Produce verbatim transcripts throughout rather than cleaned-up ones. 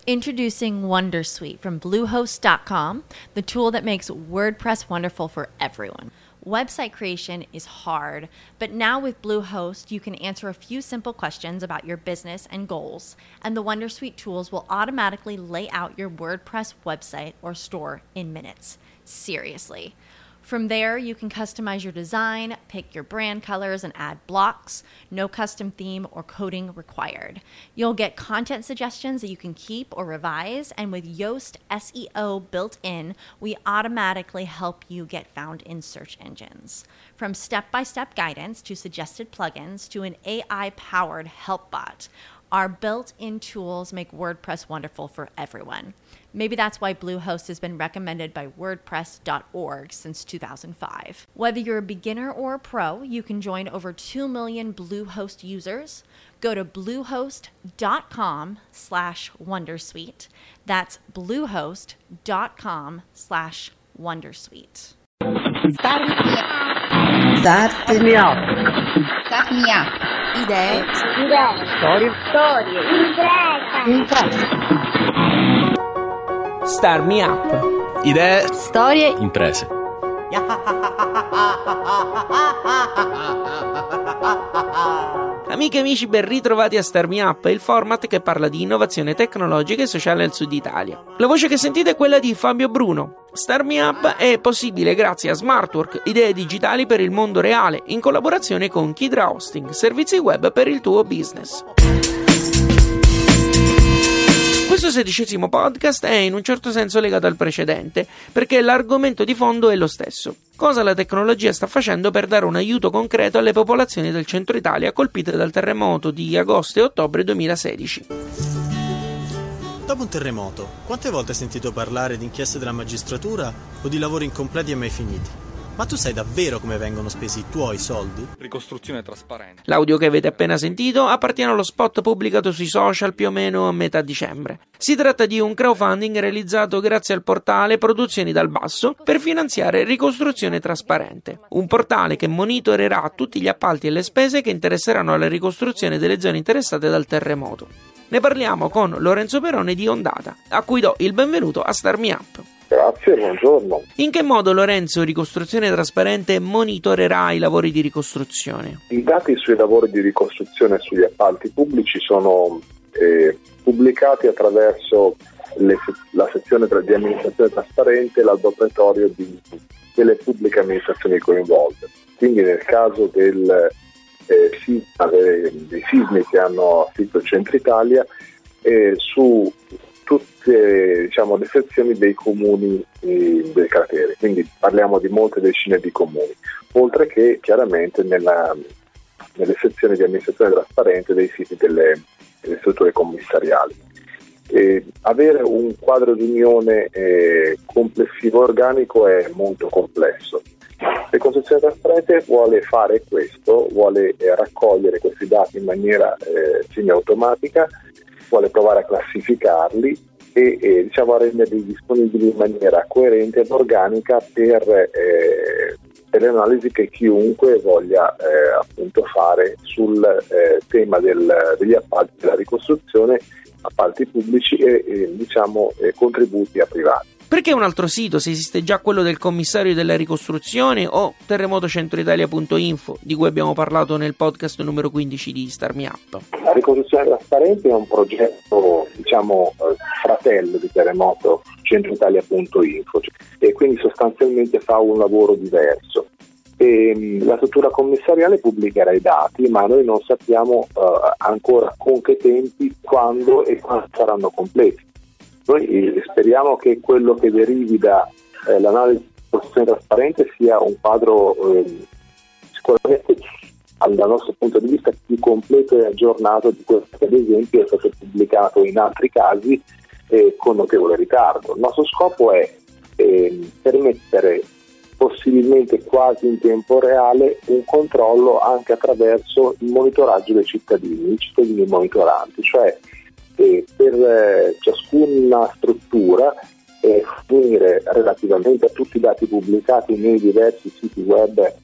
Introducing Wondersuite from Bluehost dot com, the tool that makes WordPress wonderful for everyone. Website creation is hard, but now with Bluehost, you can answer a few simple questions about your business and goals, and the Wondersuite tools will automatically lay out your WordPress website or store in minutes. Seriously. From there, you can customize your design, pick your brand colors, and add blocks. No custom theme or coding required. You'll get content suggestions that you can keep or revise, and with Yoast S E O built in, we automatically help you get found in search engines. From step-by-step guidance to suggested plugins to an A I-powered help bot, our built-in tools make WordPress wonderful for everyone. Maybe that's why Bluehost has been recommended by WordPress dot org since two thousand five. Whether you're a beginner or a pro, you can join over two million Bluehost users. Go to bluehost dot com slash wondersuite. That's bluehost dot com slash wondersuite. Start me up. Start me up. Start me up. Idee. Idee. Storie. Storie. Impresa. Impresa. Start me up. Idee. Storie. Imprese. Amiche e amici, ben ritrovati a Start Me Up, il format che parla di innovazione tecnologica e sociale al sud Italia. La voce che sentite è quella di Fabio Bruno. Start Me Up è possibile grazie a Smartwork, idee digitali per il mondo reale, in collaborazione con Kidra Hosting, servizi web per il tuo business. Questo sedicesimo podcast è in un certo senso legato al precedente, perché l'argomento di fondo è lo stesso. Cosa la tecnologia sta facendo per dare un aiuto concreto alle popolazioni del centro Italia colpite dal terremoto di agosto e ottobre duemilasedici. Dopo un terremoto, quante volte hai sentito parlare di inchieste della magistratura o di lavori incompleti e mai finiti? Ma tu sai davvero come vengono spesi i tuoi soldi? Ricostruzione trasparente. L'audio che avete appena sentito appartiene allo spot pubblicato sui social più o meno a metà dicembre. Si tratta di un crowdfunding realizzato grazie al portale Produzioni dal Basso per finanziare Ricostruzione Trasparente, un portale che monitorerà tutti gli appalti e le spese che interesseranno alla ricostruzione delle zone interessate dal terremoto. Ne parliamo con Lorenzo Perone di Ondata, a cui do il benvenuto a Start Me Up. Grazie, buongiorno. In che modo, Lorenzo, Ricostruzione Trasparente monitorerà i lavori di ricostruzione? I dati sui lavori di ricostruzione e sugli appalti pubblici sono eh, pubblicati attraverso le, la sezione di amministrazione trasparente e l'albopretorio di, delle pubbliche amministrazioni coinvolte. Quindi nel caso del, eh, sisma, dei, dei sismi che hanno afflitto il centro Italia, eh, su tutte, diciamo, le sezioni dei comuni eh, del cratere, quindi parliamo di molte decine di comuni, oltre che chiaramente nella, nelle sezioni di amministrazione trasparente dei siti delle, delle strutture commissariali. E avere un quadro di unione eh, complessivo organico è molto complesso. Ricostruzione trasparente vuole fare questo, vuole eh, raccogliere questi dati in maniera eh, semiautomatica, vuole provare a classificarli e, e diciamo a renderli disponibili in maniera coerente ed organica per, eh, per le analisi che chiunque voglia eh, appunto fare sul eh, tema del, degli appalti, della ricostruzione, appalti pubblici e, e diciamo eh, contributi a privati. Perché un altro sito, se esiste già quello del commissario della ricostruzione o terremotocentroitalia punto info, di cui abbiamo parlato nel podcast numero quindici di Start Me Up? La ricostruzione trasparente è un progetto, diciamo, fratello di terremotocentroitalia punto info e quindi sostanzialmente fa un lavoro diverso. E la struttura commissariale pubblicherà i dati, ma noi non sappiamo uh, ancora con che tempi, quando e quando saranno completi. Noi speriamo che quello che derivi dall'analisi eh, di ricostruzione trasparente sia un quadro eh, sicuramente dal nostro punto di vista più completo e aggiornato di quello che ad esempio è stato pubblicato in altri casi eh, con notevole ritardo. Il nostro scopo è eh, permettere possibilmente quasi in tempo reale un controllo anche attraverso il monitoraggio dei cittadini, i cittadini monitoranti, cioè eh, per eh, ciascuna struttura eh, fornire relativamente a tutti i dati pubblicati nei diversi siti web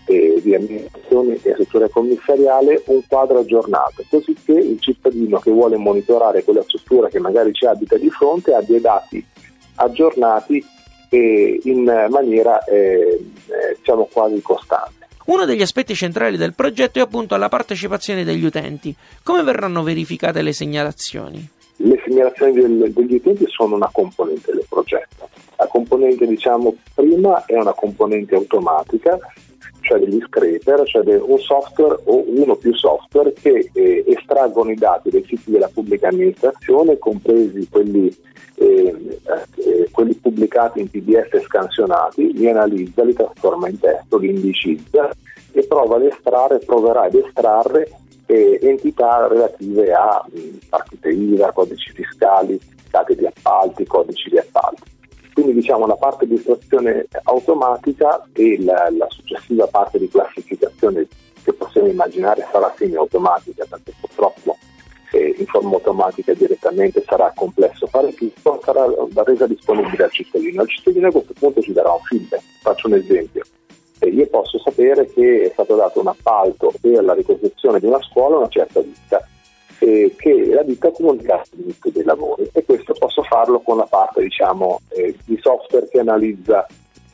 eh, di amministrazioni e strutture commissariale un quadro aggiornato, così che il cittadino che vuole monitorare quella struttura che magari ci abita di fronte abbia dati aggiornati e in maniera eh, eh, diciamo quasi costante. Uno degli aspetti centrali del progetto è appunto la partecipazione degli utenti. Come verranno verificate le segnalazioni? Le segnalazioni del, degli utenti sono una componente del progetto. La componente, diciamo, prima è una componente automatica, cioè degli scraper, cioè un software o uno più software che eh, estraggono i dati dai siti della pubblica amministrazione, compresi quelli, eh, eh, quelli pubblicati in P D F scansionati, li analizza, li trasforma in testo, li indicizza e prova ad estrarre, proverà ad estrarre eh, entità relative a mh, partite I V A, codici fiscali, dati di appalti, codici di appalti. Quindi diciamo la parte di estrazione automatica e la, la successiva parte di classificazione che possiamo immaginare sarà semi-automatica, perché purtroppo eh, in forma automatica direttamente sarà complesso fare tutto, sarà resa disponibile al cittadino. Il cittadino a questo punto ci darà un feedback. Faccio un esempio. Eh, io posso sapere che è stato dato un appalto per la ricostruzione di una scuola a una certa ditta, Eh, che la ditta ha comunicato l'inizio dei lavori, e questo posso farlo con la parte diciamo eh, di software che analizza,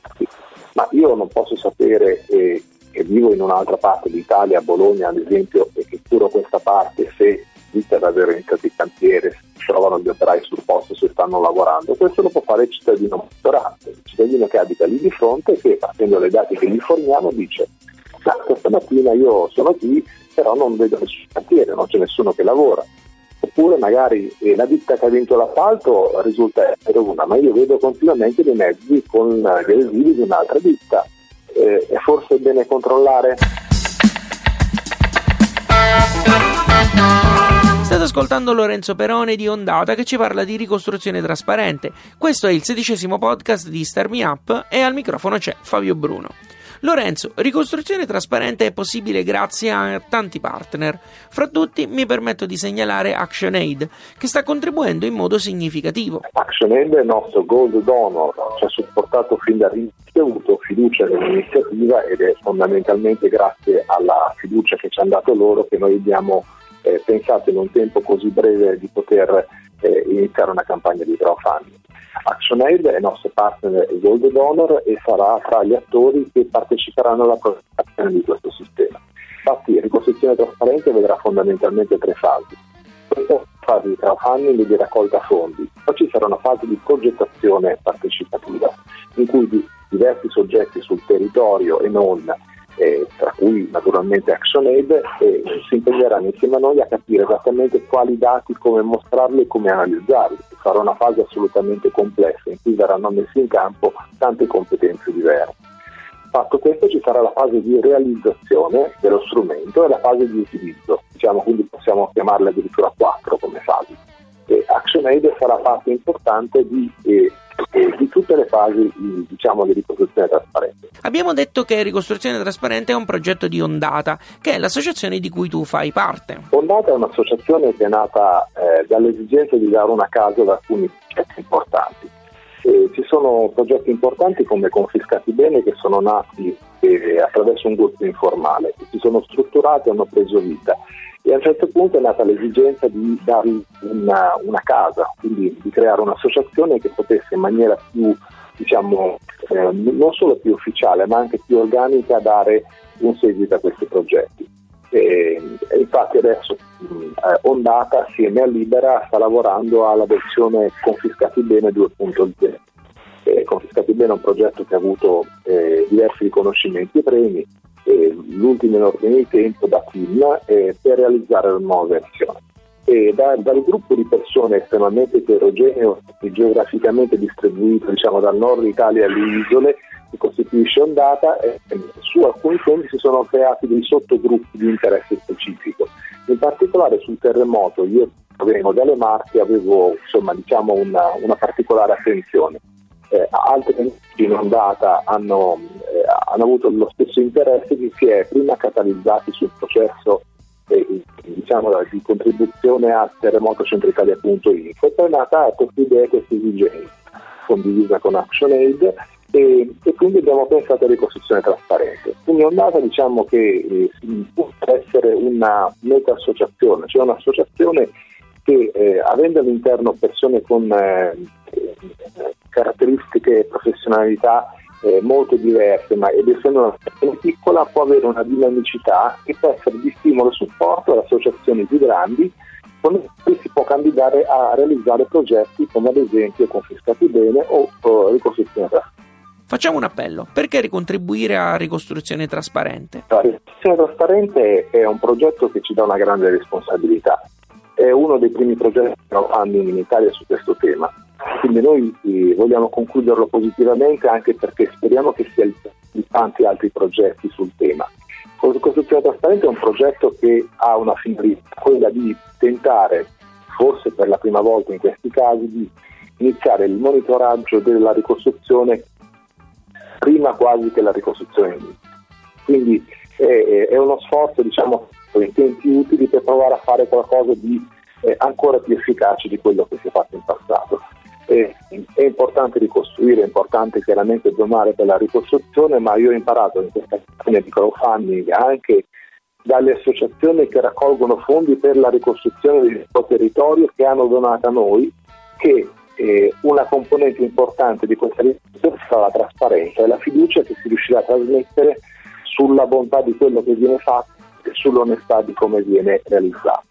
ma io non posso sapere eh, che vivo in un'altra parte d'Italia, a Bologna ad esempio, e che curo questa parte, se ditta ad aver iniziato il cantiere, si trovano gli operai sul posto, se stanno lavorando. Questo lo può fare il cittadino monitorante, il cittadino che abita lì di fronte, che partendo dai dati che gli forniamo dice: ma questa mattina io sono qui, però non vedo nessun cantiere, non c'è nessuno che lavora. Oppure magari eh, la ditta che ha vinto l'appalto risulta essere una, ma io vedo continuamente dei mezzi con gli adesivi di un'altra ditta. Eh, è forse bene controllare? State ascoltando Lorenzo Perone di Ondata che ci parla di ricostruzione trasparente. Questo è il sedicesimo podcast di Start Me Up e al microfono c'è Fabio Bruno. Lorenzo, ricostruzione trasparente è possibile grazie a tanti partner. Fra tutti mi permetto di segnalare ActionAid, che sta contribuendo in modo significativo. ActionAid è il nostro gold donor, ci ha supportato fin dall'inizio, ha avuto fiducia nell'iniziativa ed è fondamentalmente grazie alla fiducia che ci hanno dato loro che noi abbiamo eh, pensato in un tempo così breve di poter eh, iniziare una campagna di crowdfunding. ActionAid è il nostro partner e gold donor e sarà tra gli attori che parteciperanno alla progettazione di questo sistema. Infatti, ricostruzione trasparente vedrà fondamentalmente tre fasi. Questa fase di crowdfunding e di raccolta fondi, poi ci sarà una fase di progettazione partecipativa in cui diversi soggetti sul territorio e non, eh, tra cui naturalmente ActionAid, eh, si impegneranno insieme a noi a capire esattamente quali dati, come mostrarli e come analizzarli. Sarà una fase assolutamente complessa in cui verranno messi in campo tante competenze diverse. Fatto questo, ci sarà la fase di realizzazione dello strumento e la fase di utilizzo, diciamo, quindi possiamo chiamarle addirittura quattro come fasi. E ActionAid sarà parte importante di, eh, eh, di tutte le fasi di, diciamo, di ricostruzione trasparente. Abbiamo detto che Ricostruzione Trasparente è un progetto di Ondata, che è l'associazione di cui tu fai parte. Ondata è un'associazione che è nata eh, dall'esigenza di dare una casa ad alcuni progetti importanti. Eh, ci sono progetti importanti come Confiscati Bene che sono nati eh, attraverso un gruppo informale, che si sono strutturati e hanno preso vita. E a un certo punto è nata l'esigenza di dargli una, una casa, quindi di creare un'associazione che potesse in maniera più, diciamo, eh, non solo più ufficiale, ma anche più organica dare un seguito a questi progetti. E, e infatti adesso mh, eh, Ondata, assieme a Libera, sta lavorando alla versione Confiscati Bene due punto zero. Eh, Confiscati Bene è un progetto che ha avuto eh, diversi riconoscimenti e premi, eh, l'ultimo in ordine di tempo da T I M eh, per realizzare la nuova versione. E da, dal gruppo di persone estremamente eterogeneo e geograficamente distribuito, diciamo dal nord Italia alle isole, che costituisce Ondata, e su alcuni temi si sono creati dei sottogruppi di interesse specifico. In particolare sul terremoto, io provengo dalle Marche, avevo insomma diciamo una, una particolare attenzione. Eh, altri in Ondata hanno, eh, hanno avuto lo stesso interesse, che si è prima catalizzati sul processo eh, diciamo di contribuzione a terremoto centro italia punto info, e poi è nata questa idea, questa esigenza condivisa con ActionAid e, e quindi abbiamo pensato a ricostruzione trasparente. Quindi Ondata diciamo che eh, può essere una meta associazione, cioè un'associazione che eh, avendo all'interno persone con eh, caratteristiche e professionalità eh, molto diverse, ma ed essendo una associazione piccola può avere una dinamicità che può essere di stimolo e supporto alle associazioni più grandi, con cui si può candidare a realizzare progetti come ad esempio Confiscati Bene o, o Ricostruzione Trasparente. Facciamo un appello, perché ricontribuire a Ricostruzione Trasparente? La Ricostruzione Trasparente è un progetto che ci dà una grande responsabilità, è uno dei primi progetti crowdfunding in Italia su questo tema, quindi noi eh, vogliamo concluderlo positivamente anche perché speriamo che sia il di tanti altri progetti sul tema. Ricostruzione Trasparente è un progetto che ha una finalità, quella di tentare, forse per la prima volta in questi casi, di iniziare il monitoraggio della ricostruzione prima quasi che la ricostruzione inizi. Quindi è, è uno sforzo, diciamo, in tempi utili per provare a fare qualcosa di eh, ancora più efficace di quello che si è fatto in passato. E, è importante ricostruire, è importante chiaramente donare per la ricostruzione, ma io ho imparato in questa campagna di crowdfunding anche dalle associazioni che raccolgono fondi per la ricostruzione del nostro territorio che hanno donato a noi che eh, una componente importante di questa ricostruzione sarà la trasparenza e la fiducia che si riuscirà a trasmettere sulla bontà di quello che viene fatto e sull'onestà di come viene realizzato.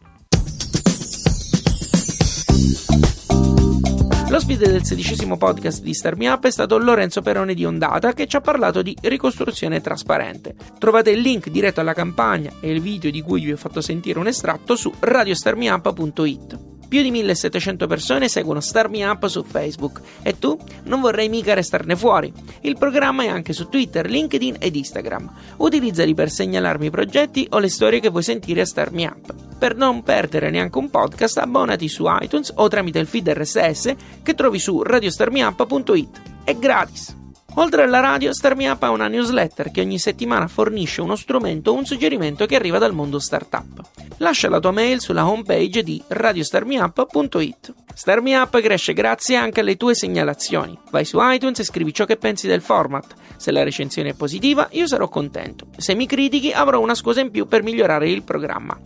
L'ospite del sedicesimo podcast di Start Me Up è stato Lorenzo Perone di Ondata, che ci ha parlato di ricostruzione trasparente. Trovate il link diretto alla campagna e il video di cui vi ho fatto sentire un estratto su radio star me up punto it. Più di millesettecento persone seguono Start Me Up su Facebook e tu non vorrai mica restarne fuori. Il programma è anche su Twitter, LinkedIn ed Instagram. Utilizzali per segnalarmi i progetti o le storie che vuoi sentire a Start Me Up. Per non perdere neanche un podcast, abbonati su iTunes o tramite il feed R S S che trovi su radio star me up punto it. È gratis! Oltre alla radio, Start Me Up ha una newsletter che ogni settimana fornisce uno strumento o un suggerimento che arriva dal mondo startup. Lascia la tua mail sulla homepage di radio star me up punto it. Start Me Up cresce grazie anche alle tue segnalazioni. Vai su iTunes e scrivi ciò che pensi del format. Se la recensione è positiva, io sarò contento. Se mi critichi, avrò una scusa in più per migliorare il programma.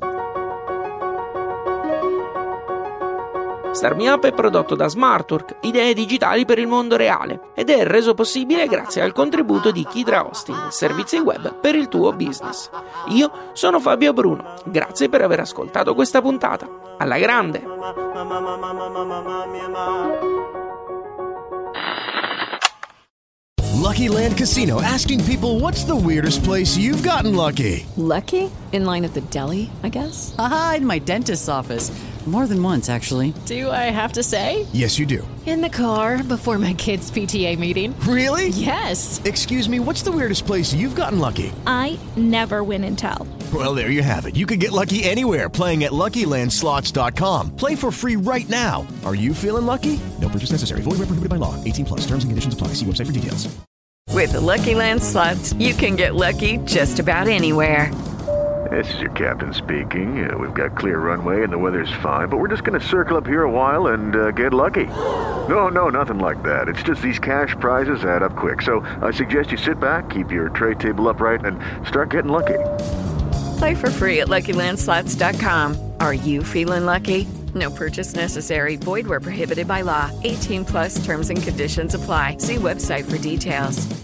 Start Me Up è prodotto da Smartwork, idee digitali per il mondo reale, ed è reso possibile grazie al contributo di Kidra Hosting, servizi web per il tuo business. Io sono Fabio Bruno, grazie per aver ascoltato questa puntata. Alla grande! Lucky Land Casino, asking people, what's the weirdest place you've gotten lucky? Lucky? In line at the deli, I guess? Aha, in my dentist's office. More than once, actually. Do I have to say? Yes, you do. In the car before my kids' P T A meeting. Really? Yes. Excuse me, what's the weirdest place you've gotten lucky? I never win and tell. Well, there you have it. You can get lucky anywhere, playing at lucky land slots dot com. Play for free right now. Are you feeling lucky? No purchase necessary. Void where prohibited by law. eighteen plus. Terms and conditions apply. See website for details. With the Lucky Land Slots, you can get lucky just about anywhere. This is your captain speaking. Uh, we've got clear runway and the weather's fine, but we're just going to circle up here a while and uh, get lucky. No, no, nothing like that. It's just these cash prizes add up quick. So I suggest you sit back, keep your tray table upright, and start getting lucky. Play for free at lucky land slots dot com. Are you feeling lucky? No purchase necessary. Void where prohibited by law. eighteen plus terms and conditions apply. See website for details.